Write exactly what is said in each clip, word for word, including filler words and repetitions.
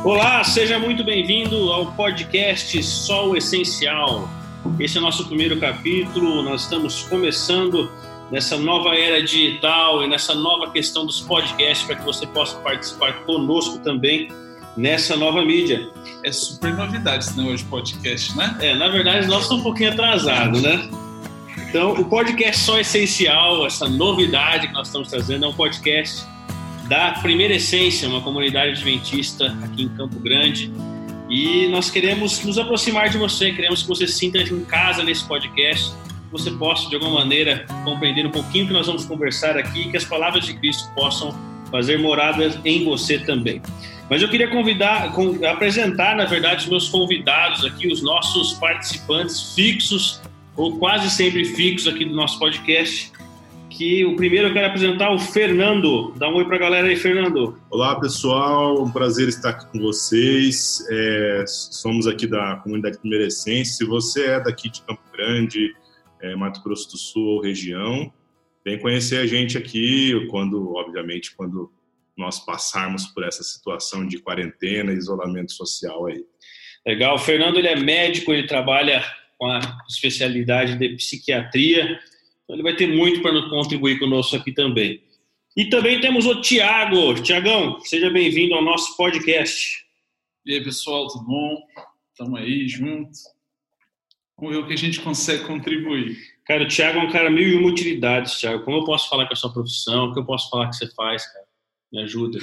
Olá, seja muito bem-vindo ao podcast Só o Essencial. Esse é o nosso primeiro capítulo, nós estamos começando nessa nova era digital e nessa nova questão dos podcasts para que você possa participar conosco também nessa nova mídia. É super novidade esse negócio de podcast, né? É, na verdade nós estamos um pouquinho atrasados, né? Então, o podcast Só Essencial, essa novidade que nós estamos trazendo, é um podcast da Primeira Essência, uma comunidade adventista aqui em Campo Grande. E nós queremos nos aproximar de você, queremos que você se sinta em casa nesse podcast, que você possa, de alguma maneira, compreender um pouquinho o que nós vamos conversar aqui e que as palavras de Cristo possam fazer morada em você também. Mas eu queria convidar, apresentar, na verdade, os meus convidados aqui, os nossos participantes fixos, ou quase sempre fixos aqui do nosso podcast, que o primeiro eu quero apresentar o Fernando. Dá um oi para a galera aí, Fernando. Olá, pessoal. Um prazer estar aqui com vocês. É, somos aqui da comunidade Primeira Essência. Se você é daqui de Campo Grande, é, Mato Grosso do Sul ou região, vem conhecer a gente aqui, quando, obviamente, quando nós passarmos por essa situação de quarentena e isolamento social aí. Legal. O Fernando, ele é médico, ele trabalha com a especialidade de psiquiatria. Então, ele vai ter muito para contribuir conosco aqui também. E também temos o Tiago. Tiagão, seja bem-vindo ao nosso podcast. E aí, pessoal, tudo bom? Estamos aí juntos. Vamos ver o que a gente consegue contribuir. Cara, o Tiago é um cara mil e uma utilidades, Tiago. Como eu posso falar com a sua profissão? O que eu posso falar que você faz, cara? Me ajuda.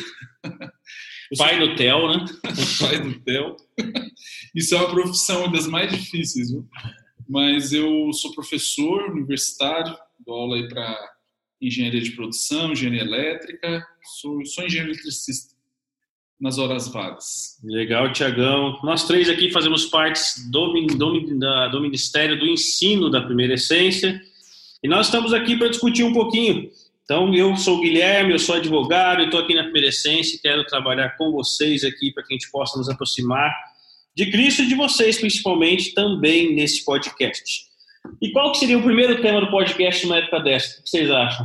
Pai do Theo, né? Pai do Theo. Isso é uma profissão das mais difíceis, viu? Mas eu sou professor universitário, dou aula aí para engenharia de produção, engenharia elétrica, sou, sou engenheiro eletricista nas horas vagas. Legal, Tiagão. Nós três aqui fazemos parte do, do, da, do Ministério do Ensino da Primeira Essência e nós estamos aqui para discutir um pouquinho. Então, eu sou o Guilherme, eu sou advogado, estou aqui na Primeira Essência e quero trabalhar com vocês aqui para que a gente possa nos aproximar de Cristo e de vocês, principalmente, também nesse podcast. E qual que seria o primeiro tema do podcast numa época dessa? O que vocês acham?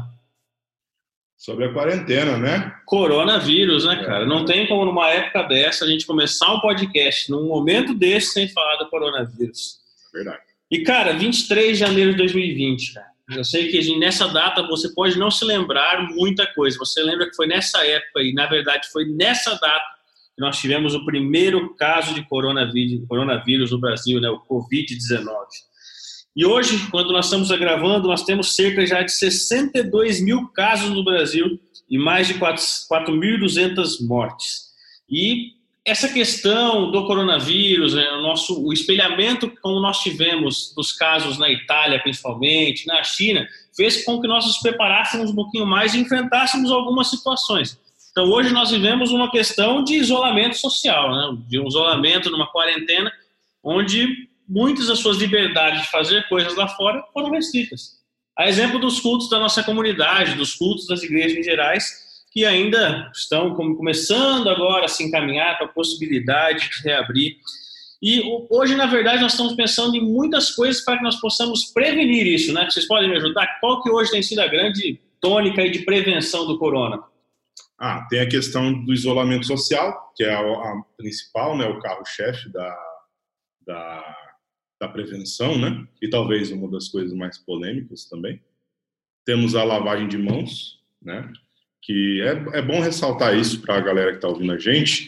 Sobre a quarentena, né? Coronavírus, né, cara? É. Não tem como numa época dessa a gente começar um podcast num momento desse sem falar do coronavírus. É verdade. E, cara, vinte e três de janeiro de dois mil e vinte, cara. Eu sei que nessa data você pode não se lembrar muita coisa. Você lembra que foi nessa época e, na verdade, foi nessa data nós tivemos o primeiro caso de coronavírus, coronavírus no Brasil, né, o covid dezenove. E hoje, quando nós estamos gravando, nós temos cerca já de sessenta e dois mil casos no Brasil e mais de quatro mil e duzentas mortes. E essa questão do coronavírus, né, o, nosso, o espelhamento como nós tivemos dos casos na Itália, principalmente, na China, fez com que nós nos preparássemos um pouquinho mais e enfrentássemos algumas situações. Então, hoje nós vivemos uma questão de isolamento social, né? De um isolamento, numa quarentena, onde muitas das suas liberdades de fazer coisas lá fora foram restritas. A exemplo dos cultos da nossa comunidade, dos cultos das igrejas em gerais, que ainda estão começando agora a se encaminhar para a possibilidade de reabrir. E hoje, na verdade, nós estamos pensando em muitas coisas para que nós possamos prevenir isso, né? Vocês podem me ajudar? Qual que hoje tem sido a grande tônica de prevenção do corona? Ah, tem a questão do isolamento social, que é a, a principal, né, o carro-chefe da, da, da prevenção, né, e talvez uma das coisas mais polêmicas também. Temos a lavagem de mãos, né, que é, é bom ressaltar isso para a galera que está ouvindo a gente,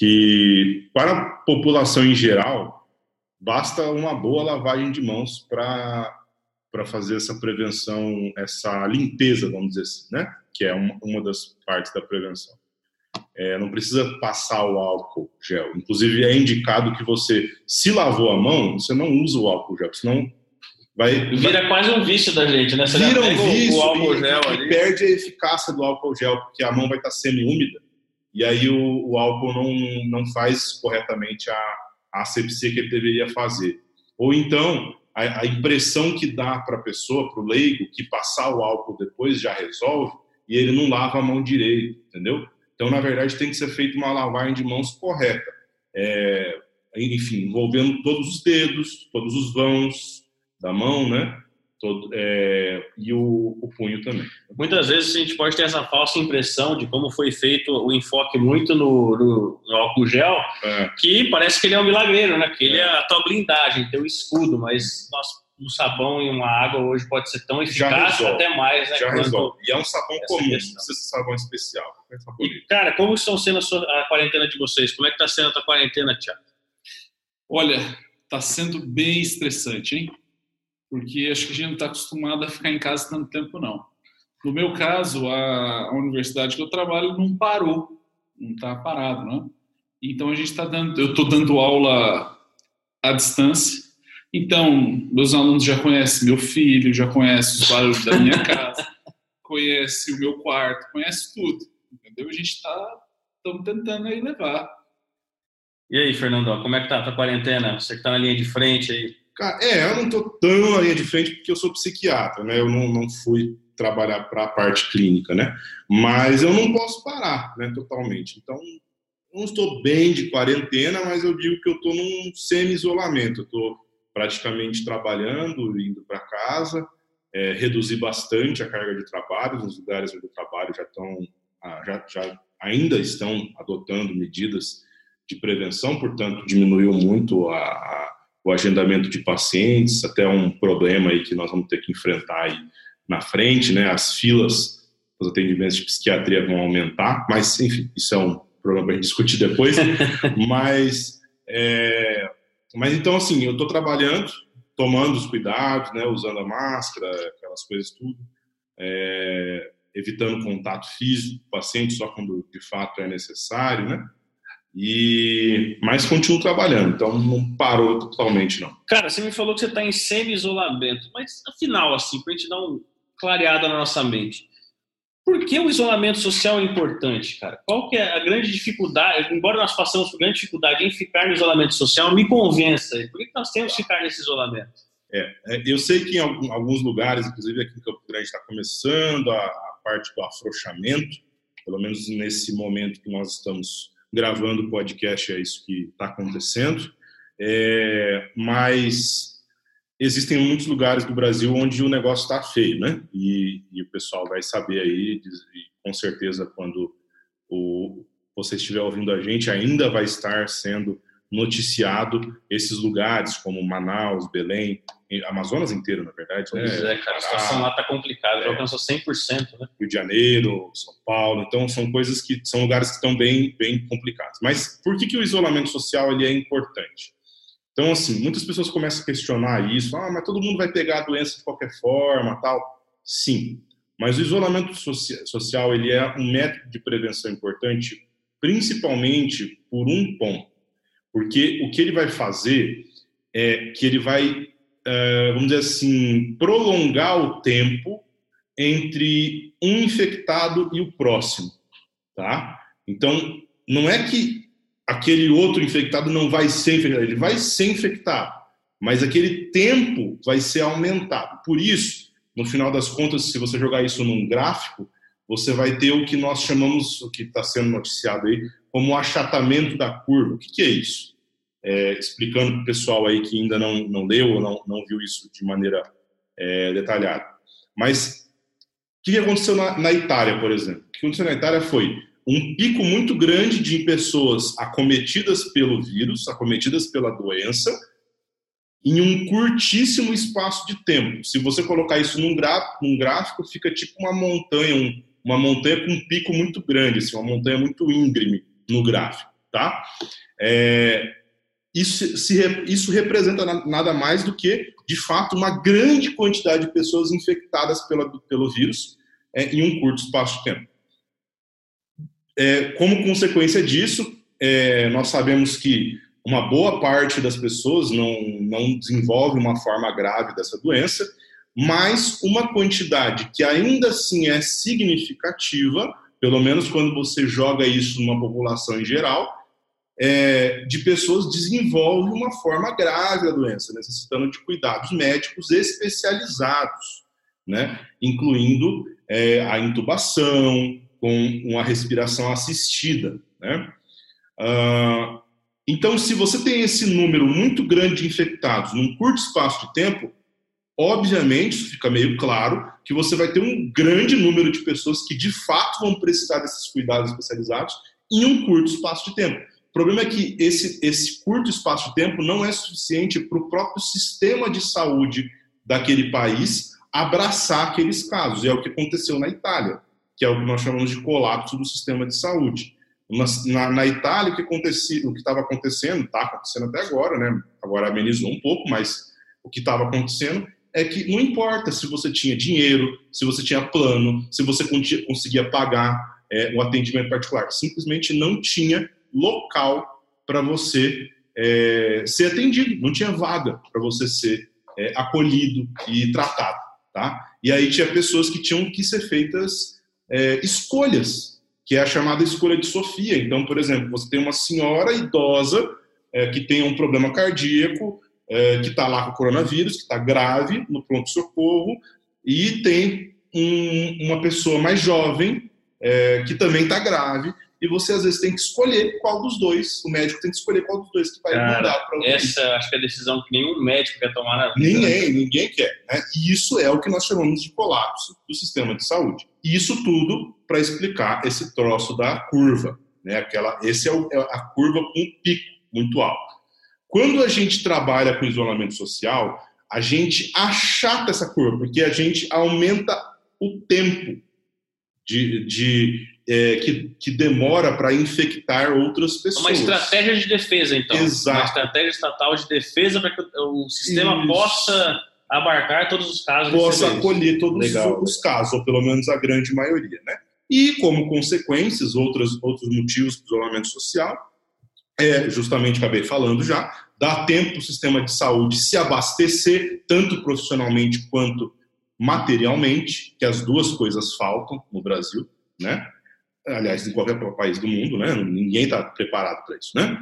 que para a população em geral, basta uma boa lavagem de mãos para para fazer essa prevenção, essa limpeza, vamos dizer assim, né? Que é uma, uma das partes da prevenção. É, não precisa passar o álcool gel. Inclusive, é indicado que você, se lavou a mão, você não usa o álcool gel, senão vai... Vira vai, quase um vício da gente, né? Você vira um vício o álcool e, gel e ali. perde a eficácia do álcool gel, porque a mão vai estar semi-úmida, e aí o, o álcool não, não faz corretamente a, a asepsia que ele deveria fazer. Ou então... a impressão que dá para a pessoa, para o leigo, que passar o álcool depois já resolve, e ele não lava a mão direito, entendeu? Então, na verdade, tem que ser feita uma lavagem de mãos correta. É, enfim, envolvendo todos os dedos, todos os vãos da mão, né? Todo, é, e o, o punho também. Muitas vezes a gente pode ter essa falsa impressão de como foi feito o enfoque muito no, no, no álcool gel, é. que parece que ele é um milagreiro, né? Que ele é a tua blindagem, teu escudo, mas nossa, um sabão e uma água hoje pode ser tão eficaz até mais, né? Já resolve. E é um sabão comum, não precisa ser sabão especial. E, cara, como estão sendo a, sua, a quarentena de vocês? Como é que está sendo a tua quarentena, Thiago? Olha, está sendo bem estressante, hein? Porque acho que a gente não está acostumado a ficar em casa tanto tempo, não. No meu caso, a, a universidade que eu trabalho não parou, não está parado, né? Então, a gente está dando, eu estou dando aula à distância. Então, meus alunos já conhecem meu filho, já conhecem os barulhos da minha casa, conhecem o meu quarto, conhecem tudo, entendeu? A gente está tentando aí levar. E aí, Fernando, como é que tá a tua quarentena? Você que está na linha de frente aí. Cara, é, eu não tô tão na linha de frente porque eu sou psiquiatra, né? Eu não, não fui trabalhar para a parte clínica, né? Mas eu não posso parar, né? Totalmente. Então, eu não estou bem de quarentena, mas eu digo que eu estou num semi-isolamento. Eu estou praticamente trabalhando, indo para casa, é, reduzi bastante a carga de trabalho. Nos lugares onde eu trabalho já estão, já, já ainda estão adotando medidas de prevenção, portanto, diminuiu muito a, a o agendamento de pacientes, até um problema aí que nós vamos ter que enfrentar aí na frente, né? As filas dos atendimentos de psiquiatria vão aumentar, mas, enfim, isso é um problema para a gente discutir depois. mas, é, mas, então, assim, eu estou trabalhando, tomando os cuidados, né? Usando a máscara, aquelas coisas tudo, é, evitando contato físico com o paciente só quando, de fato, é necessário, né? E, mas continuo trabalhando, então não parou totalmente, não. Cara, você me falou que você está em semi-isolamento, mas afinal, assim, para a gente dar uma clareada na nossa mente, por que o isolamento social é importante, cara? Qual que é a grande dificuldade, embora nós passamos por grande dificuldade em ficar no isolamento social, me convença, por que nós temos que ficar nesse isolamento? É, eu sei que em alguns lugares, inclusive aqui em Campo Grande, está começando a, a parte do afrouxamento, pelo menos nesse momento que nós estamos gravando o podcast, é isso que está acontecendo, é, mas existem muitos lugares do Brasil onde o negócio está feio, né? E, e o pessoal vai saber aí, e com certeza quando o, você estiver ouvindo a gente, ainda vai estar sendo noticiado esses lugares como Manaus, Belém, Amazonas inteiro, na verdade. Pois né? é, cara, a situação lá está complicada, já alcançou cem por cento, né? Rio de Janeiro, São Paulo, então são coisas que são lugares que estão bem, bem complicados. Mas por que, que o isolamento social ele é importante? Então, assim, muitas pessoas começam a questionar isso, ah, mas todo mundo vai pegar a doença de qualquer forma, tal. Sim, mas o isolamento social ele é um método de prevenção importante, principalmente por um ponto. Porque o que ele vai fazer é que ele vai, vamos dizer assim, prolongar o tempo entre um infectado e o próximo, tá? Então, não é que aquele outro infectado não vai ser infectado, ele vai ser infectado, mas aquele tempo vai ser aumentado. Por isso, no final das contas, se você jogar isso num gráfico, você vai ter o que nós chamamos, o que está sendo noticiado aí, como o achatamento da curva. O que, que é isso? É, explicando para o pessoal aí que ainda não, não leu ou não, não viu isso de maneira é, detalhada. Mas o que aconteceu na, na Itália, por exemplo? O que aconteceu na Itália foi um pico muito grande de pessoas acometidas pelo vírus, acometidas pela doença, em um curtíssimo espaço de tempo. Se você colocar isso num gráfico, num gráfico fica tipo uma montanha, um, uma montanha com um pico muito grande, assim, uma montanha muito íngreme no gráfico, tá? É, isso, se, isso representa nada mais do que, de fato, uma grande quantidade de pessoas infectadas pela, pelo vírus é, em um curto espaço de tempo. É, como consequência disso, é, nós sabemos que uma boa parte das pessoas não, não desenvolve uma forma grave dessa doença, mas uma quantidade que ainda assim é significativa, pelo menos quando você joga isso numa população em geral, é, de pessoas desenvolve uma forma grave da doença, necessitando de cuidados médicos especializados, né? Incluindo é, a intubação, com uma respiração assistida, né? Uh, então, se você tem esse número muito grande de infectados num curto espaço de tempo, obviamente, fica meio claro que você vai ter um grande número de pessoas que, de fato, vão precisar desses cuidados especializados em um curto espaço de tempo. O problema é que esse, esse curto espaço de tempo não é suficiente para o próprio sistema de saúde daquele país abraçar aqueles casos. E é o que aconteceu na Itália, que é o que nós chamamos de colapso do sistema de saúde. Na, na, na Itália, o que acontecia, o que estava acontecendo, está acontecendo até agora, né? Agora amenizou um pouco, mas o que estava acontecendo é que não importa se você tinha dinheiro, se você tinha plano, se você conseguia pagar é, o atendimento particular. Simplesmente não tinha local para você é, ser atendido, não tinha vaga para você ser é, acolhido e tratado. Tá? E aí tinha pessoas que tinham que ser feitas é, escolhas, que é a chamada escolha de Sofia. Então, por exemplo, você tem uma senhora idosa é, que tem um problema cardíaco, é, que está lá com o coronavírus, que está grave no pronto-socorro, e tem um, uma pessoa mais jovem é, que também está grave, e você às vezes tem que escolher qual dos dois, o médico tem que escolher qual dos dois que vai Cara, mandar para o essa acho que é a decisão que nenhum médico quer tomar na vida. Ninguém, ninguém quer. Né? E isso é o que nós chamamos de colapso do sistema de saúde. E isso tudo para explicar esse troço da curva. Né? Aquela, esse é, o, é a curva com um pico muito alto. Quando a gente trabalha com isolamento social, a gente achata essa curva, porque a gente aumenta o tempo de, de, é, que, que demora para infectar outras pessoas. Uma estratégia de defesa, então. Exato. Uma estratégia estatal de defesa para que o sistema Isso. possa abarcar todos os casos. Possa acolher todos Legal. os casos, ou pelo menos a grande maioria. Né? E, como consequências, outros, outros motivos do isolamento social, é, justamente acabei falando já, dá tempo para o sistema de saúde se abastecer, tanto profissionalmente quanto materialmente, que as duas coisas faltam no Brasil, né? Aliás, em qualquer país do mundo, né? Ninguém está preparado para isso, né?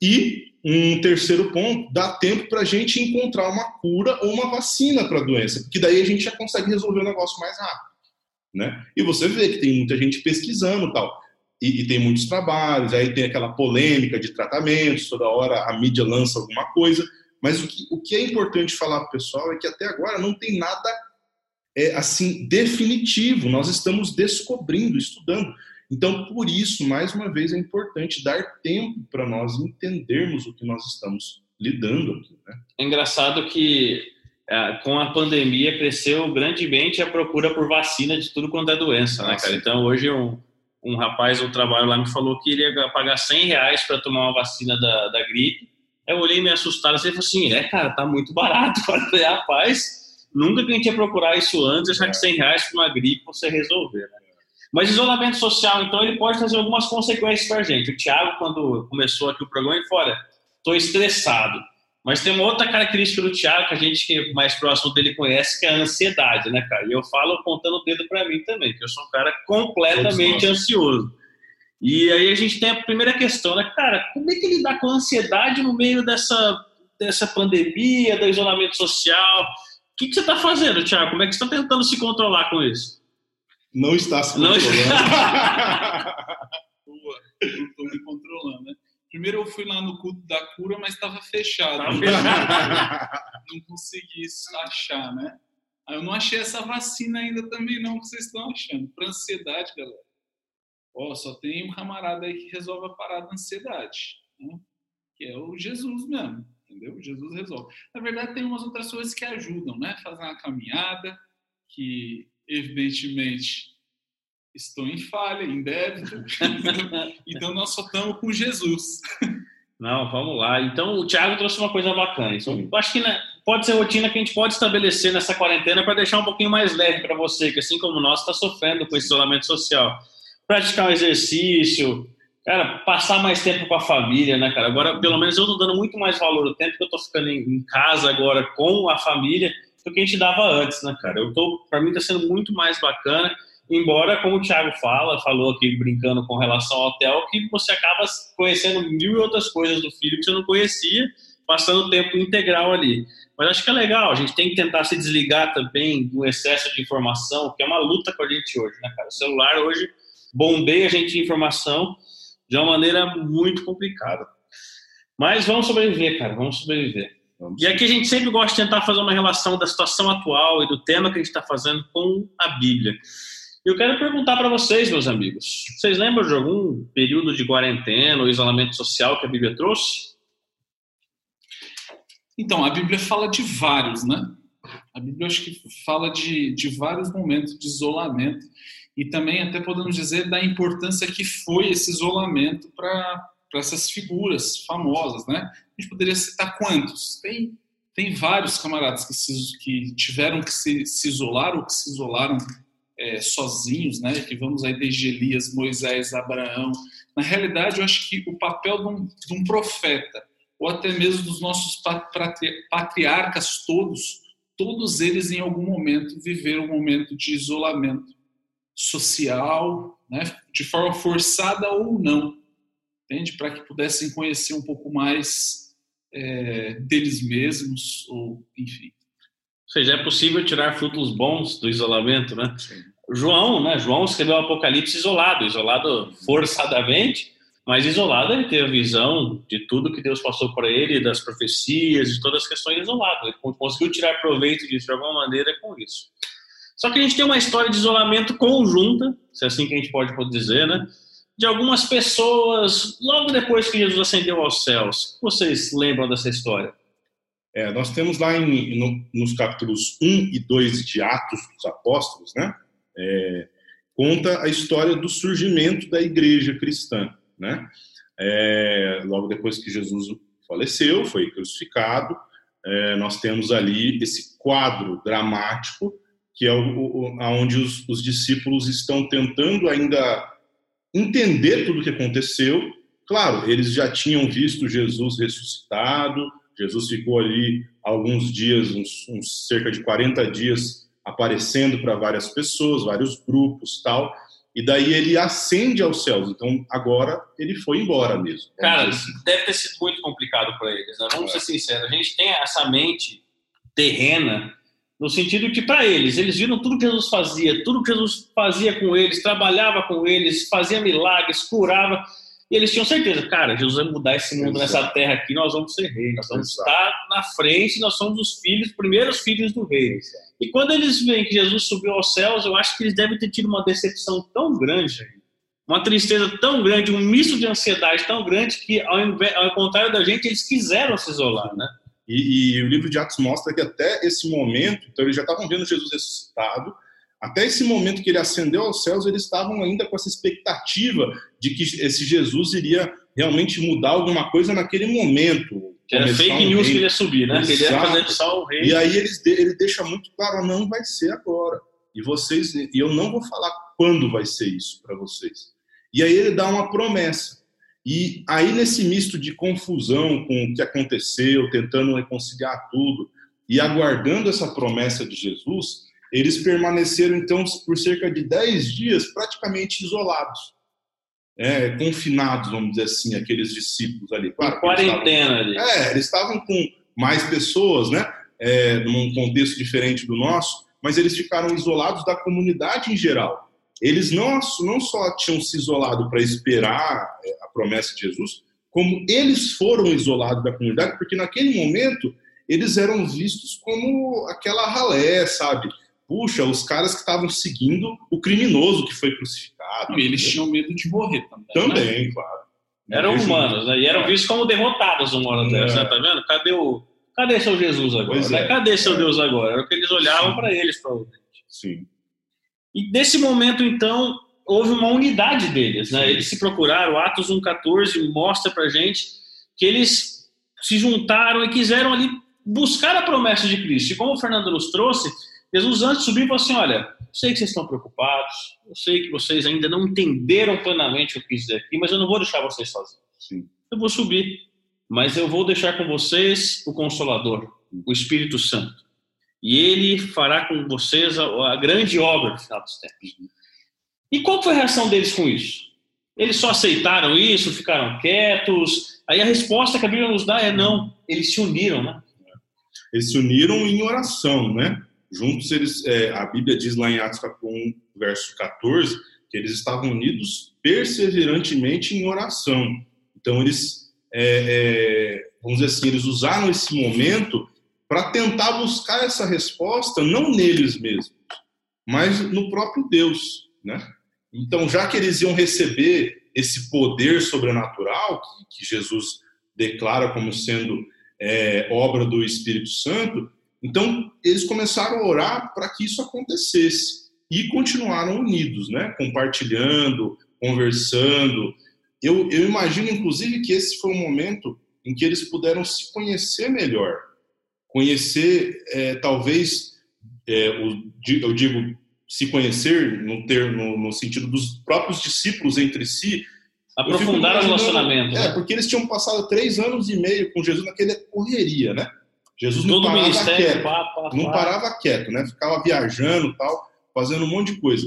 E um terceiro ponto, dá tempo para a gente encontrar uma cura ou uma vacina para a doença, porque daí a gente já consegue resolver o negócio mais rápido, né? E você vê que tem muita gente pesquisando e tal, e, e tem muitos trabalhos, aí tem aquela polêmica de tratamentos, toda hora a mídia lança alguma coisa, mas o que, o que é importante falar para o pessoal é que até agora não tem nada é, assim definitivo, nós estamos descobrindo, estudando. Então, por isso, mais uma vez, é importante dar tempo para nós entendermos o que nós estamos lidando aqui. Né? É engraçado que, é, com a pandemia, cresceu grandemente a procura por vacina de tudo quanto é doença, né, cara? Então, hoje, um, um rapaz do trabalho lá me falou que iria pagar cem reais para tomar uma vacina da, da gripe. Eu olhei meio assustado assim e falei assim, é, cara, tá muito barato. Eu falei, rapaz, nunca que a gente ia procurar isso antes, achar que cem reais para uma gripe você resolver, né? Mas isolamento social, então, ele pode trazer algumas consequências para a gente. O Thiago, quando começou aqui o programa, ele falou, olha, estou estressado. Mas tem uma outra característica do Thiago que a gente que é mais próximo dele conhece, que é a ansiedade, né, cara? E eu falo apontando o dedo para mim também, que eu sou um cara completamente ansioso. E aí a gente tem a primeira questão, né, cara, como é que lidar com a ansiedade no meio dessa, dessa pandemia, do isolamento social? O que, que você está fazendo, Thiago? Como é que você está tentando se controlar com isso? Não está se controlando. Boa, eu estou me controlando, né? Primeiro eu fui lá no culto da cura, mas estava fechado. Tá fechado. Não consegui achar, né? Eu não achei essa vacina ainda também não, que vocês estão achando. Para ansiedade, galera. Ó, só tem um camarada aí que resolve a parada da ansiedade, né? Que é o Jesus mesmo, entendeu? Jesus resolve. Na verdade, tem umas outras coisas que ajudam, né? Fazer uma caminhada, que evidentemente estou em falha, em débito. Então nós só estamos com Jesus. Não, vamos lá. Então o Thiago trouxe uma coisa bacana. Então, eu acho que, né, pode ser rotina que a gente pode estabelecer nessa quarentena para deixar um pouquinho mais leve para você, que assim como nós está sofrendo com esse isolamento social. Praticar um exercício, cara, passar mais tempo com a família, né, cara? Agora, pelo menos eu estou dando muito mais valor ao tempo que eu estou ficando em casa agora com a família do que a gente dava antes, né, cara? Eu tô, para mim está sendo muito mais bacana, embora, como o Thiago fala, falou aqui brincando com relação ao hotel, que você acaba conhecendo mil e outras coisas do filho que você não conhecia, passando tempo integral ali. Mas acho que é legal, a gente tem que tentar se desligar também do excesso de informação, que é uma luta com a gente hoje, né, cara? O celular hoje bombeia a gente de informação de uma maneira muito complicada. Mas vamos sobreviver, cara, vamos sobreviver. Vamos E aqui a gente sempre gosta de tentar fazer uma relação da situação atual e do tema que a gente está fazendo com a Bíblia. Eu quero perguntar para vocês, meus amigos, vocês lembram de algum período de quarentena ou isolamento social que a Bíblia trouxe? Então, a Bíblia fala de vários, né? A Bíblia, acho que fala de, de vários momentos de isolamento e também até podemos dizer da importância que foi esse isolamento para essas figuras famosas, né? A gente poderia citar quantos? Tem, tem vários camaradas que, se, que tiveram que se, se isolar ou que se isolaram é, sozinhos, né? Que vamos aí desde Elias, Moisés, Abraão. Na realidade, eu acho que o papel de um, de um profeta, ou até mesmo dos nossos patriarcas todos, todos eles em algum momento viveram um momento de isolamento social, né? De forma forçada ou não, entende? Para que pudessem conhecer um pouco mais é, deles mesmos, ou enfim. Ou seja, é possível tirar frutos bons do isolamento, né? Sim. João, né? João escreveu o Apocalipse isolado, isolado forçadamente, mas isolado ele teve a visão de tudo que Deus passou para ele, das profecias, de todas as questões isoladas. Ele conseguiu tirar proveito disso de alguma maneira com isso. Só que a gente tem uma história de isolamento conjunta, se é assim que a gente pode dizer, né? De algumas pessoas, logo depois que Jesus ascendeu aos céus. Vocês lembram dessa história? É, nós temos lá em, no, nos capítulos um e dois de Atos dos Apóstolos, né? É, conta a história do surgimento da igreja cristã, né? É, logo depois que Jesus faleceu, foi crucificado, é, nós temos ali esse quadro dramático, que é o, o, onde os, os discípulos estão tentando ainda entender tudo o que aconteceu. Claro, eles já tinham visto Jesus ressuscitado, Jesus ficou ali alguns dias, uns, uns cerca de quarenta dias, aparecendo para várias pessoas, vários grupos, tal, e daí ele ascende aos céus. Então, agora ele foi embora mesmo. Cara, assim. Deve ter sido muito complicado para eles, né? Vamos é. ser sinceros, a gente tem essa mente terrena, no sentido que, para eles, eles viram tudo que Jesus fazia, tudo que Jesus fazia com eles, trabalhava com eles, fazia milagres, curava, e eles tinham certeza, cara, Jesus vai mudar esse mundo. Exato. Nessa terra aqui, nós vamos ser reis, nós vamos Exato. estar na frente, nós somos os filhos, primeiros filhos do rei. Exato. E quando eles veem que Jesus subiu aos céus, eu acho que eles devem ter tido uma decepção tão grande, uma tristeza tão grande, um misto de ansiedade tão grande, que ao, invés, ao contrário da gente, eles quiseram se isolar, né? E, e o livro de Atos mostra que até esse momento, então eles já estavam vendo Jesus ressuscitado, até esse momento que ele ascendeu aos céus, eles estavam ainda com essa expectativa de que esse Jesus iria realmente mudar alguma coisa naquele momento. Que era fake um news rei. Que ele ia subir, né? Que ele ia fazer só o rei. E aí ele, ele deixa muito claro, não vai ser agora. E vocês, e eu não vou falar quando vai ser isso para vocês. E aí ele dá uma promessa. E aí nesse misto de confusão com o que aconteceu, tentando reconciliar tudo e aguardando essa promessa de Jesus, eles permaneceram, então, por cerca de dez dias, praticamente isolados. É, confinados, vamos dizer assim, aqueles discípulos ali. Claro, quarentena ali. É, eles estavam com mais pessoas, né? É, num contexto diferente do nosso, mas eles ficaram isolados da comunidade em geral. Eles não, não só tinham se isolado para esperar a promessa de Jesus, como eles foram isolados da comunidade, porque naquele momento eles eram vistos como aquela ralé, sabe? Puxa, os caras que estavam seguindo o criminoso que foi crucificado. E eles tinham medo de morrer também. Também, né? claro. Eram humanos, né? E eram vistos como derrotados uma hora dessa, é. Tá vendo? Cadê o... Cadê seu Jesus agora? Né? É. Cadê seu é. Deus agora? Era o que eles olhavam para eles, provavelmente. Sim. E nesse momento, então, houve uma unidade deles, né? Sim. Eles se procuraram, Atos um, catorze mostra pra gente que eles se juntaram e quiseram ali buscar a promessa de Cristo. E como o Fernando nos trouxe, Jesus antes subiu e falou assim, olha, eu sei que vocês estão preocupados, eu sei que vocês ainda não entenderam plenamente o que quis dizer aqui, mas eu não vou deixar vocês sozinhos. Sim. Eu vou subir, mas eu vou deixar com vocês o Consolador, o Espírito Santo. E ele fará com vocês a, a grande obra no final dos tempos. E qual foi a reação deles com isso? Eles só aceitaram isso, ficaram quietos? Aí a resposta que a Bíblia nos dá é não, eles se uniram, né? Eles se uniram em oração, né? Juntos, eles, é, a Bíblia diz lá em Atos um, verso catorze, que eles estavam unidos perseverantemente em oração. Então, eles é, é, vamos dizer assim, eles usaram esse momento para tentar buscar essa resposta, não neles mesmos, mas no próprio Deus, né? Então, já que eles iam receber esse poder sobrenatural que, que Jesus declara como sendo é, obra do Espírito Santo, então eles começaram a orar para que isso acontecesse e continuaram unidos, né? Compartilhando, conversando. Eu, eu imagino, inclusive, que esse foi um momento em que eles puderam se conhecer melhor, conhecer, é, talvez, é, o, eu digo, se conhecer no, ter, no, no sentido dos próprios discípulos entre si. Aprofundar o relacionamento. É, né? porque eles tinham passado três anos e meio com Jesus naquela correria, né? Jesus não Todo parava ministério, quieto, pá, pá, não pá. parava quieto, né? Ficava viajando, tal, fazendo um monte de coisa.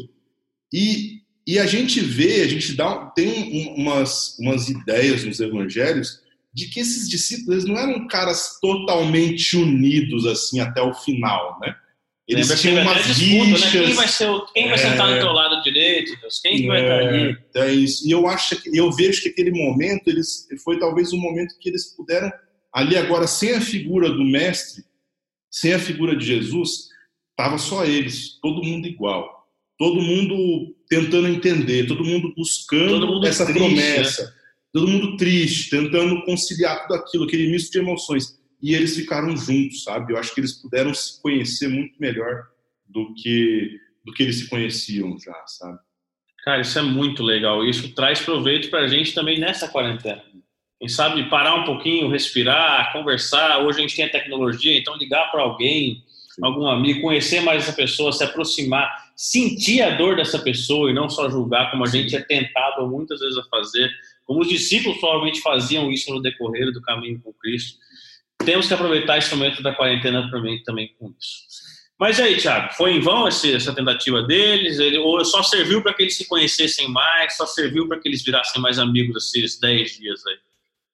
E, e a gente vê, a gente dá, tem um, umas, umas ideias nos evangelhos de que esses discípulos eles não eram caras totalmente unidos assim até o final, né? Eles Lembra tinham que umas até disputa, né? rixas. Quem vai, ser o, quem vai é, sentar do teu lado direito, Deus? Quem que vai estar ali? É isso. E eu acho que eu vejo que aquele momento eles foi talvez um momento que eles puderam ali agora sem a figura do mestre, sem a figura de Jesus, tava só eles, todo mundo igual, todo mundo tentando entender, todo mundo buscando Todo mundo essa triste, promessa, né? todo mundo triste, tentando conciliar tudo aquilo, aquele misto de emoções. E eles ficaram juntos, sabe? Eu acho que eles puderam se conhecer muito melhor do que, do que eles se conheciam já, sabe? Cara, isso é muito legal. Isso traz proveito pra gente também nessa quarentena. Quem sabe parar um pouquinho, respirar, conversar. Hoje a gente tem a tecnologia, então ligar para alguém, Sim. algum amigo, conhecer mais essa pessoa, se aproximar, sentir a dor dessa pessoa e não só julgar, como a Sim. gente é tentado muitas vezes a fazer, como os discípulos provavelmente faziam isso no decorrer do caminho com Cristo. Temos que aproveitar esse momento da quarentena também, também com isso. Mas aí, Thiago, foi em vão esse, essa tentativa deles? Ele, ou só serviu para que eles se conhecessem mais? Só serviu para que eles virassem mais amigos esses dez dias aí?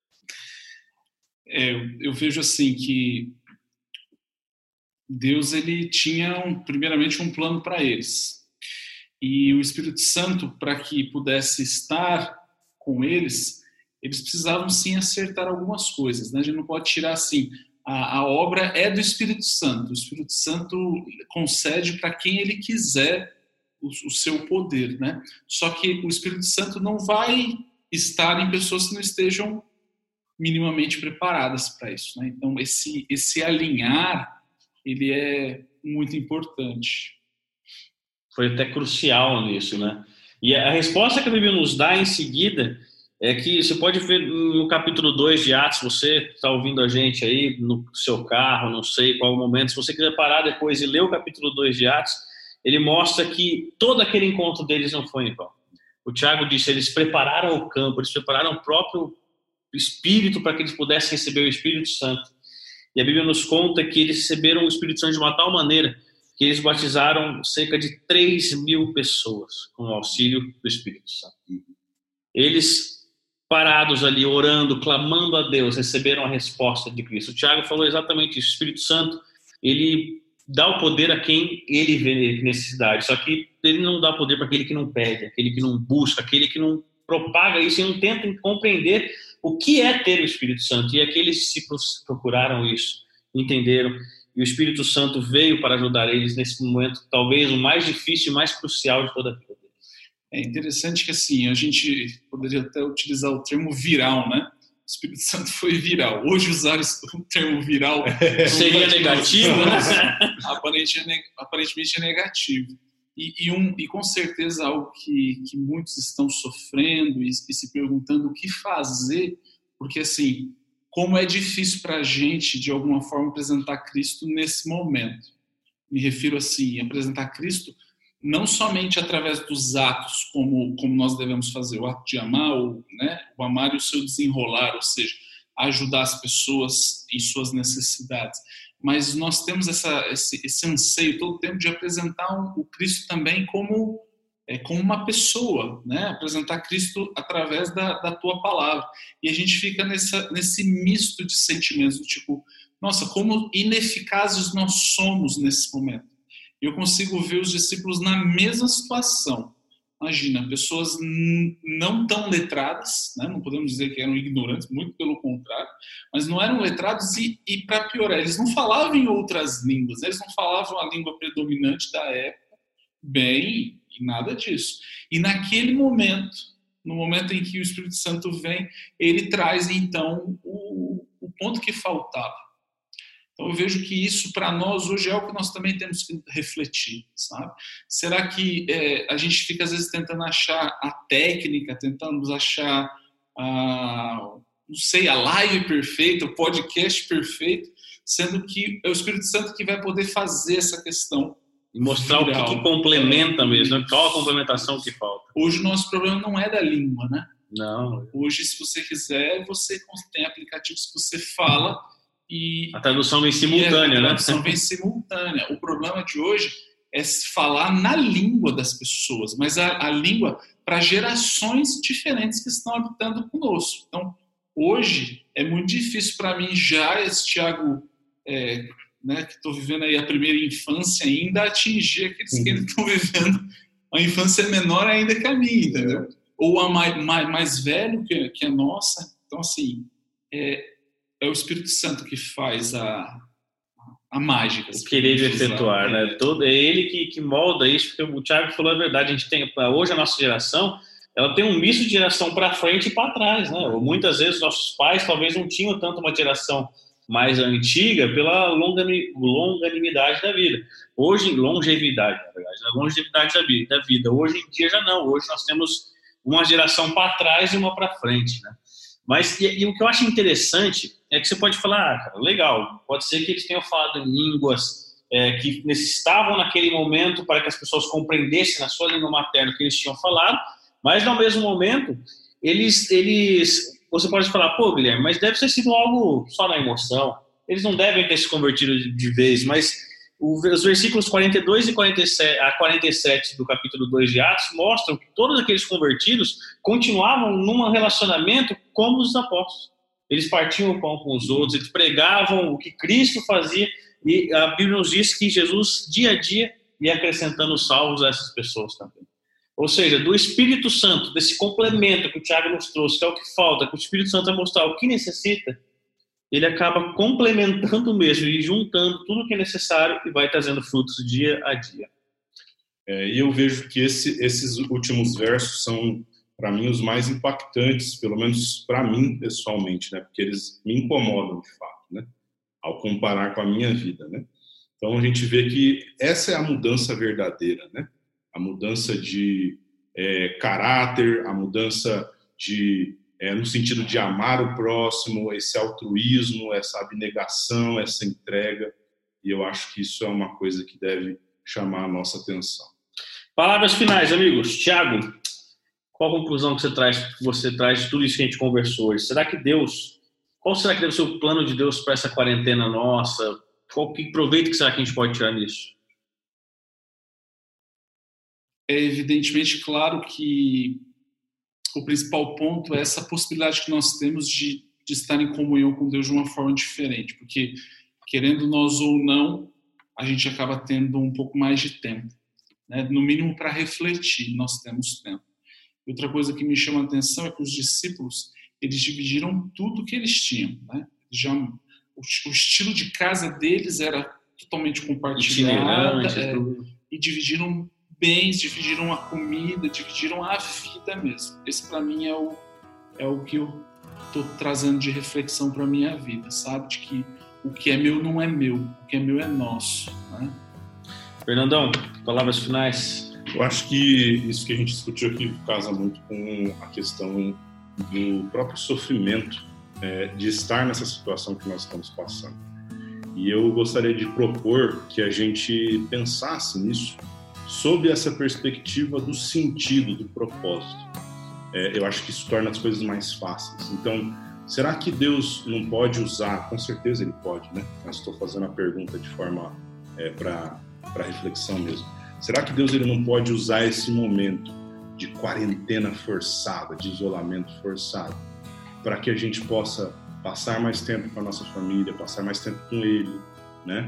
É, eu vejo assim que Deus ele tinha um, primeiramente um plano para eles. E o Espírito Santo, para que pudesse estar com eles, eles precisavam sim acertar algumas coisas, né? A gente não pode tirar assim, a, a obra é do Espírito Santo, o Espírito Santo concede para quem ele quiser o, o seu poder, né? Só que o Espírito Santo não vai estar em pessoas que não estejam minimamente preparadas para isso, né? Então esse, esse alinhar, ele é muito importante. Foi até crucial nisso, né? E a resposta que a Bíblia nos dá em seguida é que você pode ver no capítulo dois de Atos, você está ouvindo a gente aí no seu carro, não sei qual momento, se você quiser parar depois e ler o capítulo dois de Atos, ele mostra que todo aquele encontro deles não foi em vão. O Tiago disse, eles prepararam o campo, eles prepararam o próprio Espírito para que eles pudessem receber o Espírito Santo. E a Bíblia nos conta que eles receberam o Espírito Santo de uma tal maneira que eles batizaram cerca de três mil pessoas com o auxílio do Espírito Santo. Eles, parados ali, orando, clamando a Deus, receberam a resposta de Cristo. O Tiago falou exatamente isso. O Espírito Santo, ele dá o poder a quem ele vê necessidade, só que ele não dá poder para aquele que não pede, aquele que não busca, aquele que não propaga isso e não tenta compreender o que é ter o Espírito Santo. E aqueles discípulos procuraram isso, entenderam, e o Espírito Santo veio para ajudar eles nesse momento, talvez o mais difícil e mais crucial de toda a vida deles. É interessante que assim, a gente poderia até utilizar o termo viral, né? O Espírito Santo foi viral. Hoje usar o termo viral seria negativo, né? Aparentemente é negativo. E, e, um, e com certeza algo que, que muitos estão sofrendo e, e se perguntando o que fazer, porque assim, como é difícil para a gente, de alguma forma, apresentar Cristo nesse momento. Me refiro assim, apresentar Cristo não somente através dos atos, como, como nós devemos fazer, o ato de amar, ou, né, o amar e o seu desenrolar, ou seja, ajudar as pessoas em suas necessidades. Mas nós temos essa, esse, esse anseio todo o tempo de apresentar o Cristo também como, é, como uma pessoa, né? Apresentar Cristo através da, da tua palavra. E a gente fica nessa, nesse misto de sentimentos, do tipo, nossa, como ineficazes nós somos nesse momento. Eu consigo ver os discípulos na mesma situação, Imagina, pessoas n- não tão letradas, né? Não podemos dizer que eram ignorantes, muito pelo contrário, mas não eram letrados e, e para piorar, eles não falavam em outras línguas, né? Eles não falavam a língua predominante da época bem, e nada disso. E naquele momento, no momento em que o Espírito Santo vem, ele traz então o, o ponto que faltava. Então eu vejo que isso para nós hoje é o que nós também temos que refletir, sabe? Será que é, a gente fica às vezes tentando achar a técnica, tentando achar a, não sei, a live perfeita, o podcast perfeito, sendo que é o Espírito Santo que vai poder fazer essa questão e mostrar viral. O que, que complementa mesmo, né? Qual a complementação que falta. Hoje o nosso problema não é da língua, né? Não. Hoje, se você quiser, você tem aplicativos que você fala. E, a tradução vem simultânea, né? A tradução né? vem simultânea. O problema de hoje é falar na língua das pessoas, mas a, a língua para gerações diferentes que estão habitando conosco. Então, hoje é muito difícil para mim já, esse Thiago, é, né, que estou vivendo aí a primeira infância ainda, atingir aqueles uhum. que estão vivendo a infância menor ainda que a minha, entendeu? É. Ou a mais, mais, mais velho que, que a nossa. Então, assim, é, é o Espírito Santo que faz a, a mágica. O querer efetuar, né? Todo, é ele que, que molda isso, porque o Thiago falou a verdade. A gente tem, hoje a nossa geração, ela tem um misto de geração para frente e para trás, né? Ou muitas vezes nossos pais talvez não tinham tanto uma geração mais antiga pela longanimidade da vida. Hoje, longevidade, na verdade, a longevidade da vida. Hoje em dia já não. Hoje nós temos uma geração para trás e uma para frente, né? Mas, e, e o que eu acho interessante é que você pode falar, ah, cara, legal, pode ser que eles tenham falado em línguas é, que necessitavam naquele momento para que as pessoas compreendessem na sua língua materna o que eles tinham falado, mas, no mesmo momento, eles, eles, você pode falar, pô, Guilherme, mas deve ter sido algo só na emoção, eles não devem ter se convertido de, de vez, mas os versículos quarenta e dois e quarenta e sete, a quarenta e sete do capítulo dois de Atos mostram que todos aqueles convertidos continuavam num relacionamento como os apóstolos. Eles partiam o pão com os outros, eles pregavam o que Cristo fazia, e a Bíblia nos diz que Jesus, dia a dia, ia acrescentando salvos a essas pessoas também. Ou seja, do Espírito Santo, desse complemento que o Thiago nos trouxe, que é o que falta, que o Espírito Santo vai mostrar o que necessita, ele acaba complementando mesmo e juntando tudo o que é necessário e vai trazendo frutos dia a dia. É, e eu vejo que esse, esses últimos versos são, para mim, os mais impactantes, pelo menos para mim pessoalmente, né? Porque eles me incomodam de fato, né? Ao comparar com a minha vida, né? Então a gente vê que essa é a mudança verdadeira, né? A mudança de é, caráter, a mudança de É, no sentido de amar o próximo, esse altruísmo, essa abnegação, essa entrega, e eu acho que isso é uma coisa que deve chamar a nossa atenção. Palavras finais, amigos. Thiago, qual a conclusão que você traz, que você traz de tudo isso que a gente conversou hoje? Será que Deus, qual será que deve ser o plano de Deus para essa quarentena nossa? Qual que proveito que será que a gente pode tirar nisso? É evidentemente claro que o principal ponto é essa possibilidade que nós temos de, de estar em comunhão com Deus de uma forma diferente, porque, querendo nós ou não, a gente acaba tendo um pouco mais de tempo, né? No mínimo para refletir, nós temos tempo. Outra coisa que me chama a atenção é que os discípulos, eles dividiram tudo que eles tinham, né? Já, o, o estilo de casa deles era totalmente compartilhado, é, e dividiram bens, dividiram a comida, dividiram a vida mesmo. Esse para mim é o, é o que eu estou trazendo de reflexão para a minha vida, sabe? De que o que é meu não é meu, o que é meu é nosso, né? Fernandão, palavras finais. Eu acho que isso que a gente discutiu aqui casa muito com a questão do próprio sofrimento, é, de estar nessa situação que nós estamos passando. E eu gostaria de propor que a gente pensasse nisso sob essa perspectiva do sentido, do propósito. É, eu acho que isso torna as coisas mais fáceis. Então, será que Deus não pode usar? Com certeza Ele pode, né? Mas estou fazendo a pergunta de forma é, para para reflexão mesmo. Será que Deus ele não pode usar esse momento de quarentena forçada, de isolamento forçado, para que a gente possa passar mais tempo com a nossa família, passar mais tempo com Ele, né?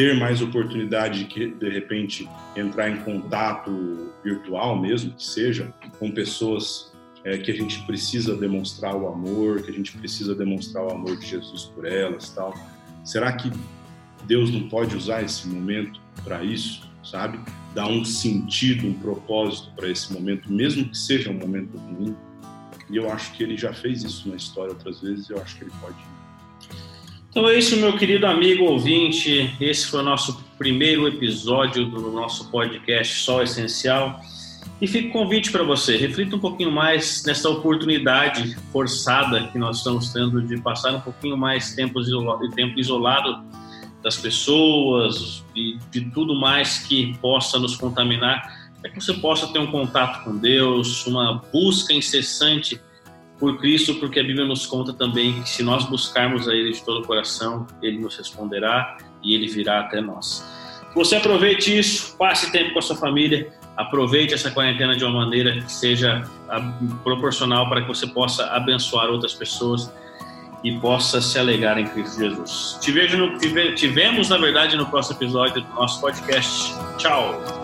ter mais oportunidade de, de repente, entrar em contato virtual mesmo, que seja, com pessoas é, que a gente precisa demonstrar o amor, que a gente precisa demonstrar o amor de Jesus por elas e tal. Será que Deus não pode usar esse momento para isso, sabe? Dar um sentido, um propósito para esse momento, mesmo que seja um momento ruim. E eu acho que ele já fez isso na história outras vezes, e eu acho que ele pode. Então é isso, meu querido amigo ouvinte. Esse foi o nosso primeiro episódio do nosso podcast Sol Essencial. E fica o convite para você, reflita um pouquinho mais nessa oportunidade forçada que nós estamos tendo de passar um pouquinho mais tempo isolado, tempo isolado das pessoas e de tudo mais que possa nos contaminar, para que você possa ter um contato com Deus, uma busca incessante por Cristo, porque a Bíblia nos conta também que se nós buscarmos a Ele de todo o coração, Ele nos responderá e Ele virá até nós. Que você aproveite isso, passe tempo com a sua família, aproveite essa quarentena de uma maneira que seja proporcional para que você possa abençoar outras pessoas e possa se alegrar em Cristo Jesus. Te vejo no, tivemos, na verdade, no próximo episódio do nosso podcast. Tchau!